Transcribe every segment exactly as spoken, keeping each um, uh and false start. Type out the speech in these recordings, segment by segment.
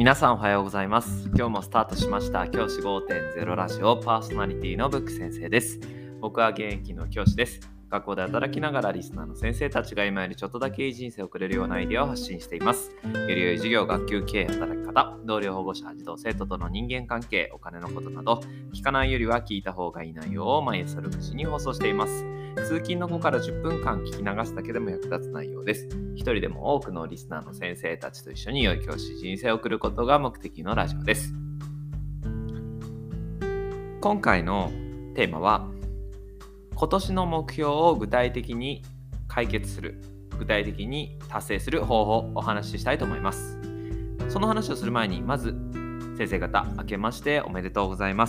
皆さんおはようございます。今日もスタートしました教師 ごてんゼロ ラジオパーソナリティのブック先生です。僕は現役の教師です。学校で働きながらリスナーの先生たちが今よりちょっとだけいい人生を送れるようなアイデアを発信しています。より良い授業、学級経営、働き方、同僚、保護者、児童生徒との人間関係、お金のことなど、聞かないよりは聞いた方がいい内容を毎朝ろくじに放送しています。通勤の後からじゅっぷんかん聞き流すだけでも役立つ内容です。一人でも多くのリスナーの先生たちと一緒に良い教師人生を送ることが目的のラジオです。今回のテーマは、今年の目標を具体的に解決する、具体的に達成する方法をお話ししたいと思います。その話をする前に、まず先生方、明けましておめでとうございます。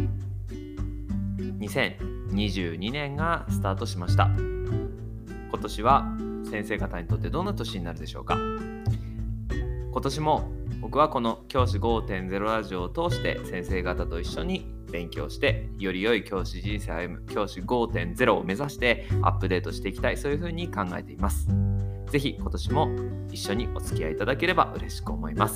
にせんにじゅうにねんがスタートしました。今年は先生方にとってどんな年になるでしょうか。今年も僕はこの教師 ごてんゼロ ラジオを通して先生方と一緒に勉強してより良い教師人生を歩む教師 ごてんゼロ を目指してアップデートしていきたい、そういうふうに考えています。ぜひ今年も一緒にお付き合いいただければ嬉しく思います。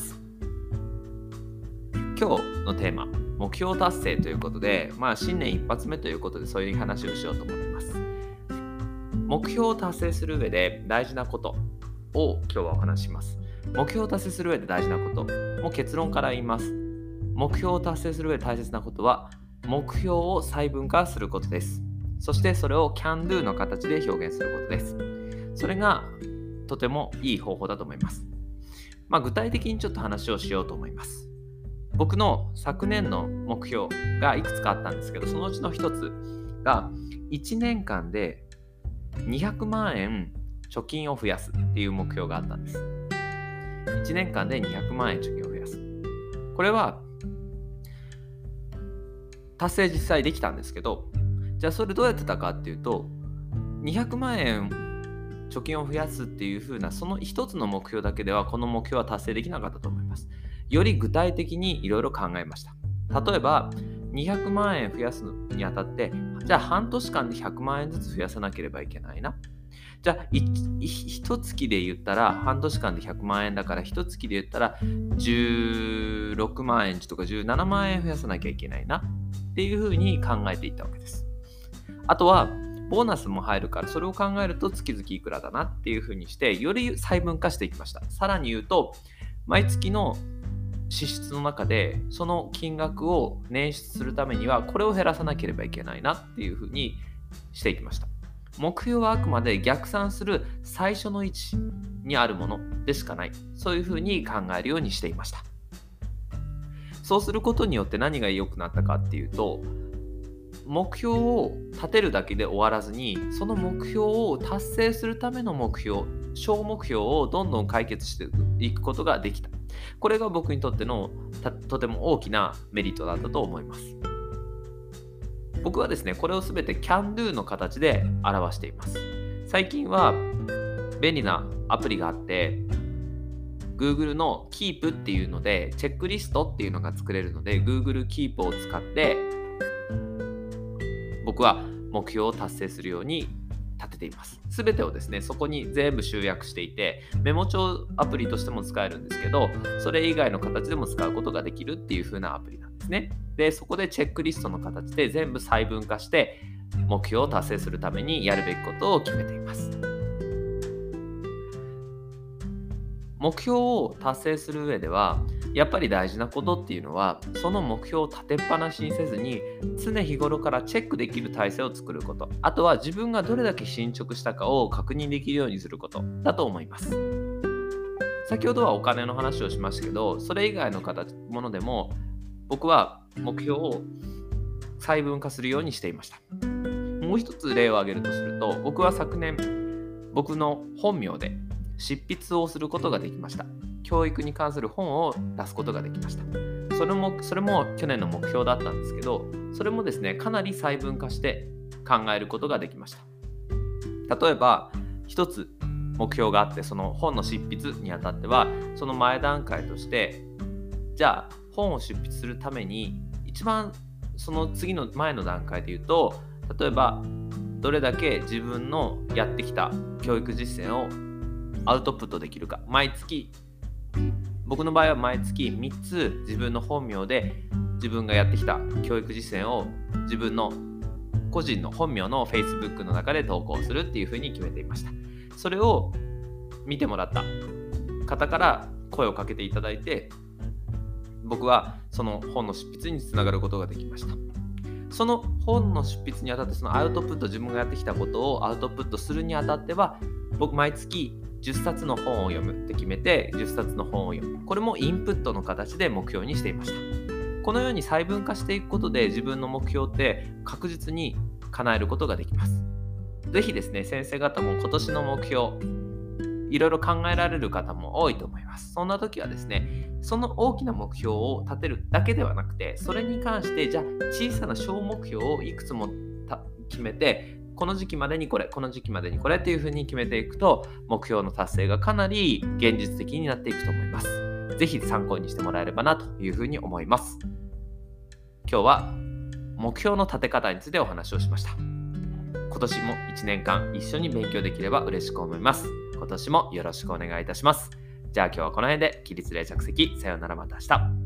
今日のテーマ、目標達成ということで、まあ新年一発目ということでそういう話をしようと思います。目標を達成する上で大事なことを今日はお話しします。目標を達成する上で大事なこと、もう結論から言います。目標を達成する上で大切なことは、目標を細分化することです。そしてそれを can do の形で表現することです。それがとてもいい方法だと思います。まあ、具体的にちょっと話をしようと思います。僕の昨年の目標がいくつかあったんですけど、そのうちの一つがいちねんかんでにひゃくまんえん貯金を増やすっていう目標があったんです。いちねんかんでにひゃくまんえん貯金を増やす。これは達成実際できたんですけど、じゃあそれどうやってたかっていうと、にひゃくまんえん貯金を増やすっていう風なその一つの目標だけではこの目標は達成できなかったと思います。より具体的にいろいろ考えました。例えばにひゃくまんえん増やすにあたって、じゃあ半年間でひゃくまんえんずつ増やさなければいけないな。じゃあい一月で言ったら半年間でひゃくまんえんだから、一月で言ったらじゅうろくまんえんとかじゅうななまんえん増やさなきゃいけないなっていうふうに考えていったわけです。あとはボーナスも入るから、それを考えると月々いくらだなっていうふうにしてより細分化していきました。さらに言うと、毎月の支出の中でその金額を捻出するためにはこれを減らさなければいけないなっていうふうにしていきました。目標はあくまで逆算する最初の位置にあるものでしかない、そういうふうに考えるようにしていました。そうすることによって何が良くなったかっていうと、目標を立てるだけで終わらずに、その目標を達成するための目標、小目標をどんどん解決していくことができた。これが僕にとってのとても大きなメリットだったと思います。僕はですね、これをすべて can do の形で表しています。最近は便利なアプリがあって、Google の Keep っていうのでチェックリストっていうのが作れるので、 Google Keep を使って僕は目標を達成するように立てています。すべてをですね、そこに全部集約していて、メモ帳アプリとしても使えるんですけど、それ以外の形でも使うことができるっていう風なアプリなんですね。で、そこでチェックリストの形で全部細分化して目標を達成するためにやるべきことを決めています。目標を達成する上ではやっぱり大事なことっていうのは、その目標を立てっぱなしにせずに常日頃からチェックできる体制を作ること、あとは自分がどれだけ進捗したかを確認できるようにすることだと思います。先ほどはお金の話をしましたけど、それ以外の形ものでも僕は目標を細分化するようにしていました。もう一つ例を挙げるとすると、僕は昨年僕の本名で執筆をすることができました。教育に関する本を出すことができました。それも、それも去年の目標だったんですけど、それもですね、かなり細分化して考えることができました。例えば一つ目標があって、その本の執筆にあたってはその前段階として、じゃあ本を執筆するために一番その次の前の段階で言うと、例えばどれだけ自分のやってきた教育実践をアウトプットできるか、毎月僕の場合は毎月みっつ自分の本名で自分がやってきた教育実践を自分の個人の本名の Facebook の中で投稿するっていうふうに決めていました。それを見てもらった方から声をかけていただいて、僕はその本の執筆につながることができました。その本の執筆にあたって、そのアウトプット、自分がやってきたことをアウトプットするにあたっては、僕毎月じゅっさつの本を読むって決めてじゅっさつの本を読む。これもインプットの形で目標にしていました。このように細分化していくことで自分の目標って確実に叶えることができます。ぜひですね、先生方も今年の目標いろいろ考えられる方も多いと思います。そんな時はですね、その大きな目標を立てるだけではなくて、それに関してじゃあ小さな小目標をいくつも決めて、この時期までにこれ、この時期までにこれっていう風に決めていくと、目標の達成がかなり現実的になっていくと思います。ぜひ参考にしてもらえればなという風に思います。今日は目標の立て方についてお話をしました。今年もいちねんかん一緒に勉強できれば嬉しく思います。今年もよろしくお願いいたします。じゃあ今日はこの辺で。起立例着席。さようなら、また明日。